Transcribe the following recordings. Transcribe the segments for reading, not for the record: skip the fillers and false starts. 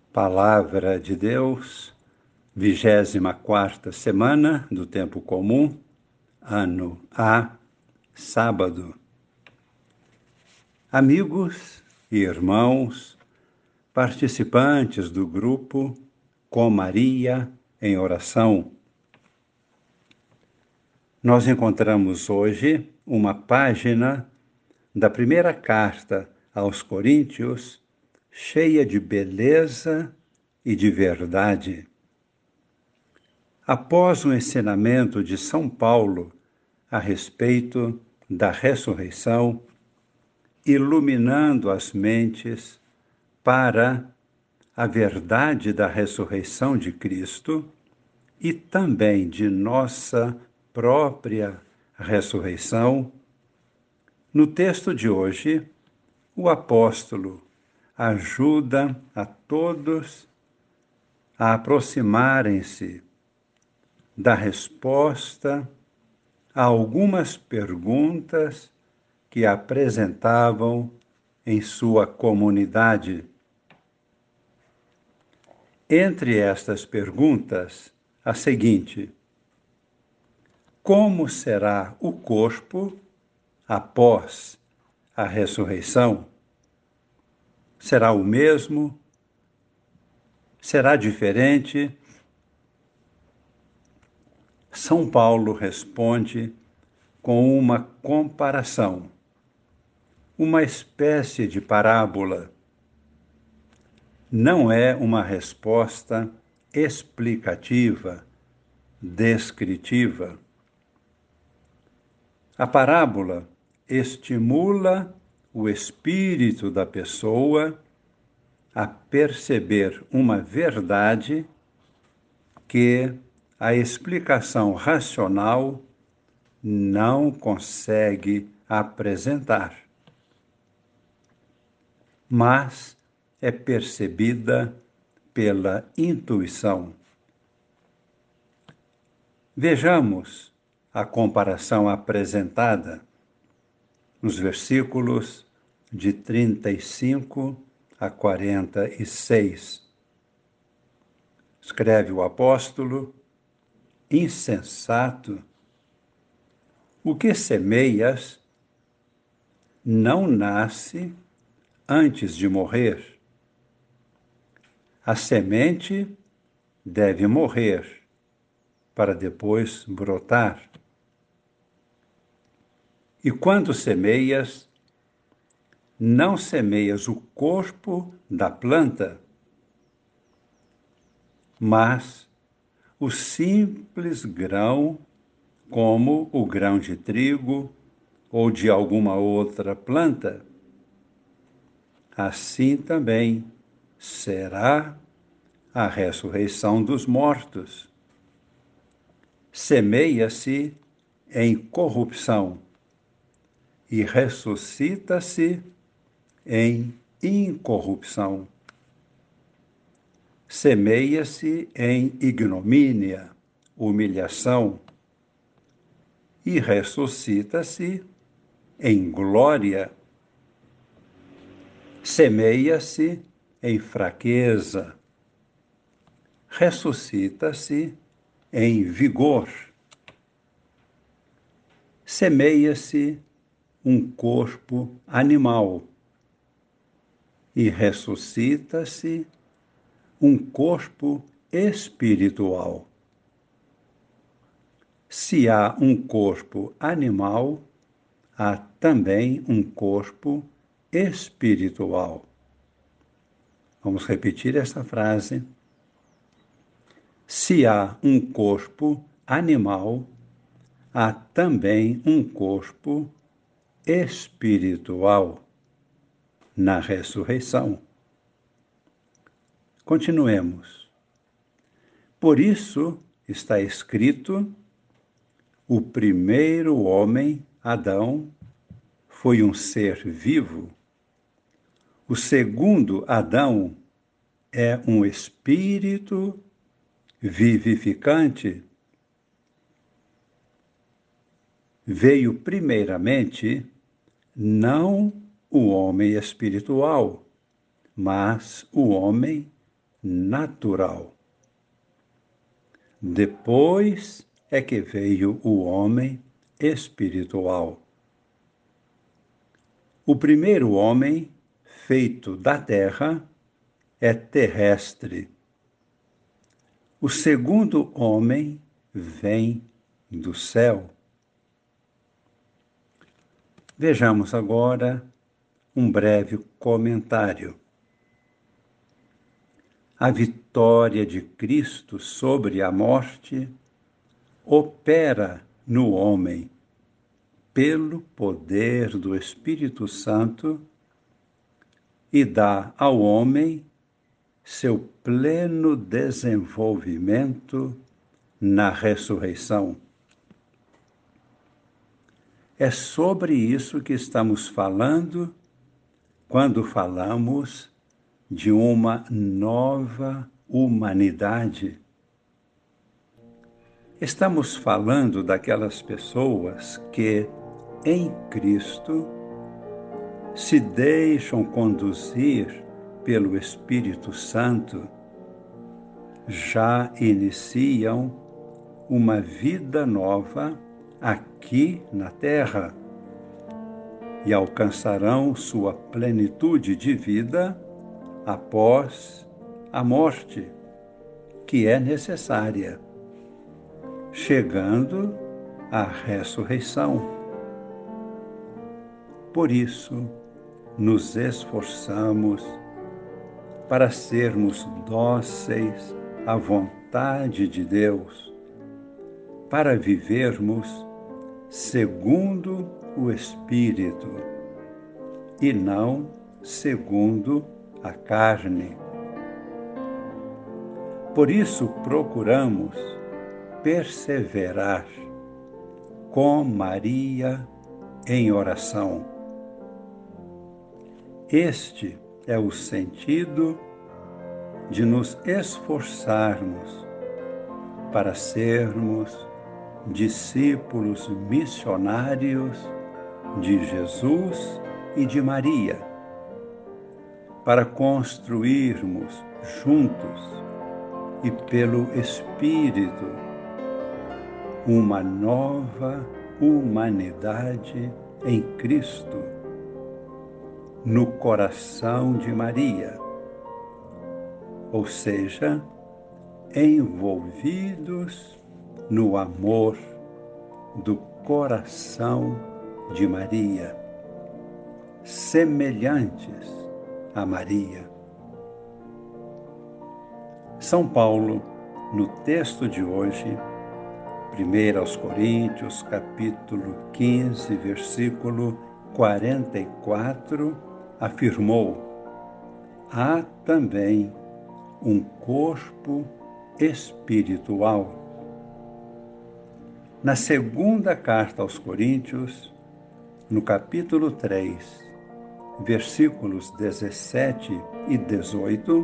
Palavra de Deus, 24ª semana do Tempo Comum, ano A, sábado. Amigos e irmãos, participantes do grupo Com Maria em Oração, nós encontramos hoje uma página da primeira carta aos Coríntios, cheia de beleza e de verdade. Após o ensinamento de São Paulo a respeito da ressurreição, iluminando as mentes para a verdade da ressurreição de Cristo e também de nossa própria ressurreição, no texto de hoje, o apóstolo ajuda a todos a aproximarem-se da resposta a algumas perguntas que apresentavam em sua comunidade. Entre estas perguntas, a seguinte: como será o corpo após a ressurreição? Será o mesmo? Será diferente? São Paulo responde com uma comparação, uma espécie de parábola. Não é uma resposta explicativa, descritiva. A parábola estimula o espírito da pessoa a perceber uma verdade que a explicação racional não consegue apresentar, mas é percebida pela intuição. Vejamos a comparação apresentada nos versículos de 35 a 46. Escreve o apóstolo: insensato, o que semeias não nasce antes de morrer. A semente deve morrer para depois brotar. E quando semeias, não semeias o corpo da planta, mas o simples grão, como o grão de trigo ou de alguma outra planta. Assim também será a ressurreição dos mortos. Semeia-se em corrupção e ressuscita-se em incorrupção. Semeia-se em ignomínia, humilhação, e ressuscita-se em glória. Semeia-se em fraqueza, ressuscita-se em vigor. Semeia-se um corpo animal e ressuscita-se um corpo espiritual. Se há um corpo animal, há também um corpo espiritual. Vamos repetir essa frase. Se há um corpo animal, há também um corpo espiritual na ressurreição. Continuemos. Por isso está escrito: o primeiro homem, Adão, foi um ser vivo. O segundo Adão é um espírito vivificante. Veio primeiramente não o homem espiritual, mas o homem natural. Depois é que veio o homem espiritual. O primeiro homem, feito da terra, é terrestre. O segundo homem vem do céu. Vejamos agora um breve comentário. A vitória de Cristo sobre a morte opera no homem pelo poder do Espírito Santo e dá ao homem seu pleno desenvolvimento na ressurreição. É sobre isso que estamos falando quando falamos de uma nova humanidade. Estamos falando daquelas pessoas que, em Cristo, se deixam conduzir pelo Espírito Santo, já iniciam uma vida nova aqui na Terra e alcançarão sua plenitude de vida após a morte, que é necessária, chegando à ressurreição. Por isso, nos esforçamos para sermos dóceis à vontade de Deus, para vivermos segundo o Espírito e não segundo a carne. Por isso procuramos perseverar com Maria em oração. Este é o sentido de nos esforçarmos para sermos discípulos missionários de Jesus e de Maria, para construirmos juntos e pelo Espírito uma nova humanidade em Cristo, no coração de Maria, ou seja, envolvidos no amor do coração de Maria, semelhantes a Maria. São Paulo, no texto de hoje, 1 aos Coríntios, capítulo 15, versículo 44, afirmou: há também um corpo espiritual. Na segunda carta aos Coríntios, no capítulo 3, versículos 17 e 18,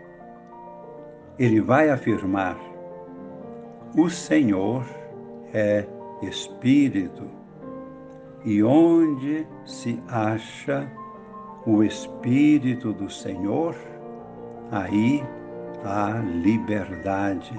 ele vai afirmar: o Senhor é Espírito, e onde se acha o Espírito do Senhor, aí há liberdade.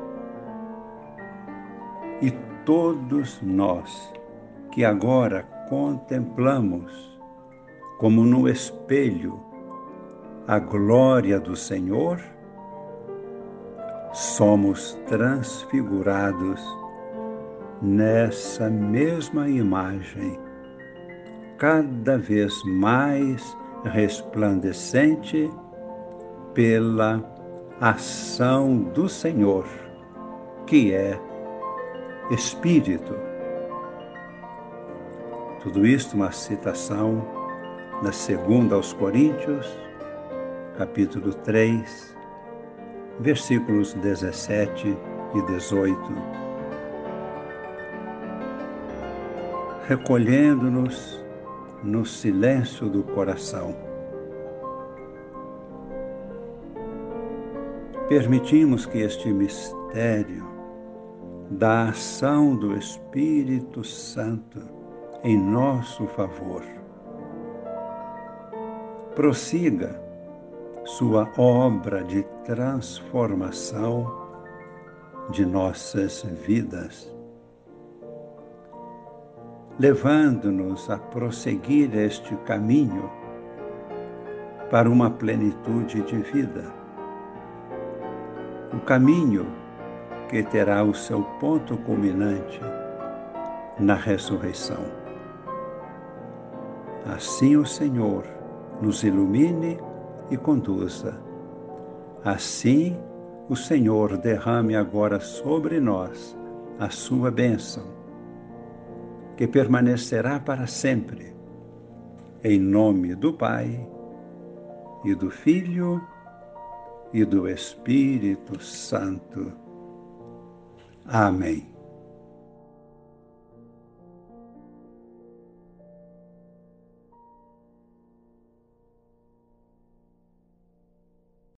E todos nós que agora contemplamos, como no espelho, a glória do Senhor, somos transfigurados nessa mesma imagem, cada vez mais resplandecente pela ação do Senhor, que é Espírito. Tudo isto uma citação da segunda aos Coríntios, capítulo 3, versículos 17 e 18. Recolhendo-nos no silêncio do coração, permitimos que este mistério da ação do Espírito Santo em nosso favor prossiga sua obra de transformação de nossas vidas, levando-nos a prosseguir este caminho para uma plenitude de vida. O caminho que terá o seu ponto culminante na ressurreição. Assim o Senhor nos ilumine e conduza. Assim o Senhor derrame agora sobre nós a sua bênção, que permanecerá para sempre. Em nome do Pai, e do Filho, e do Espírito Santo. Amém.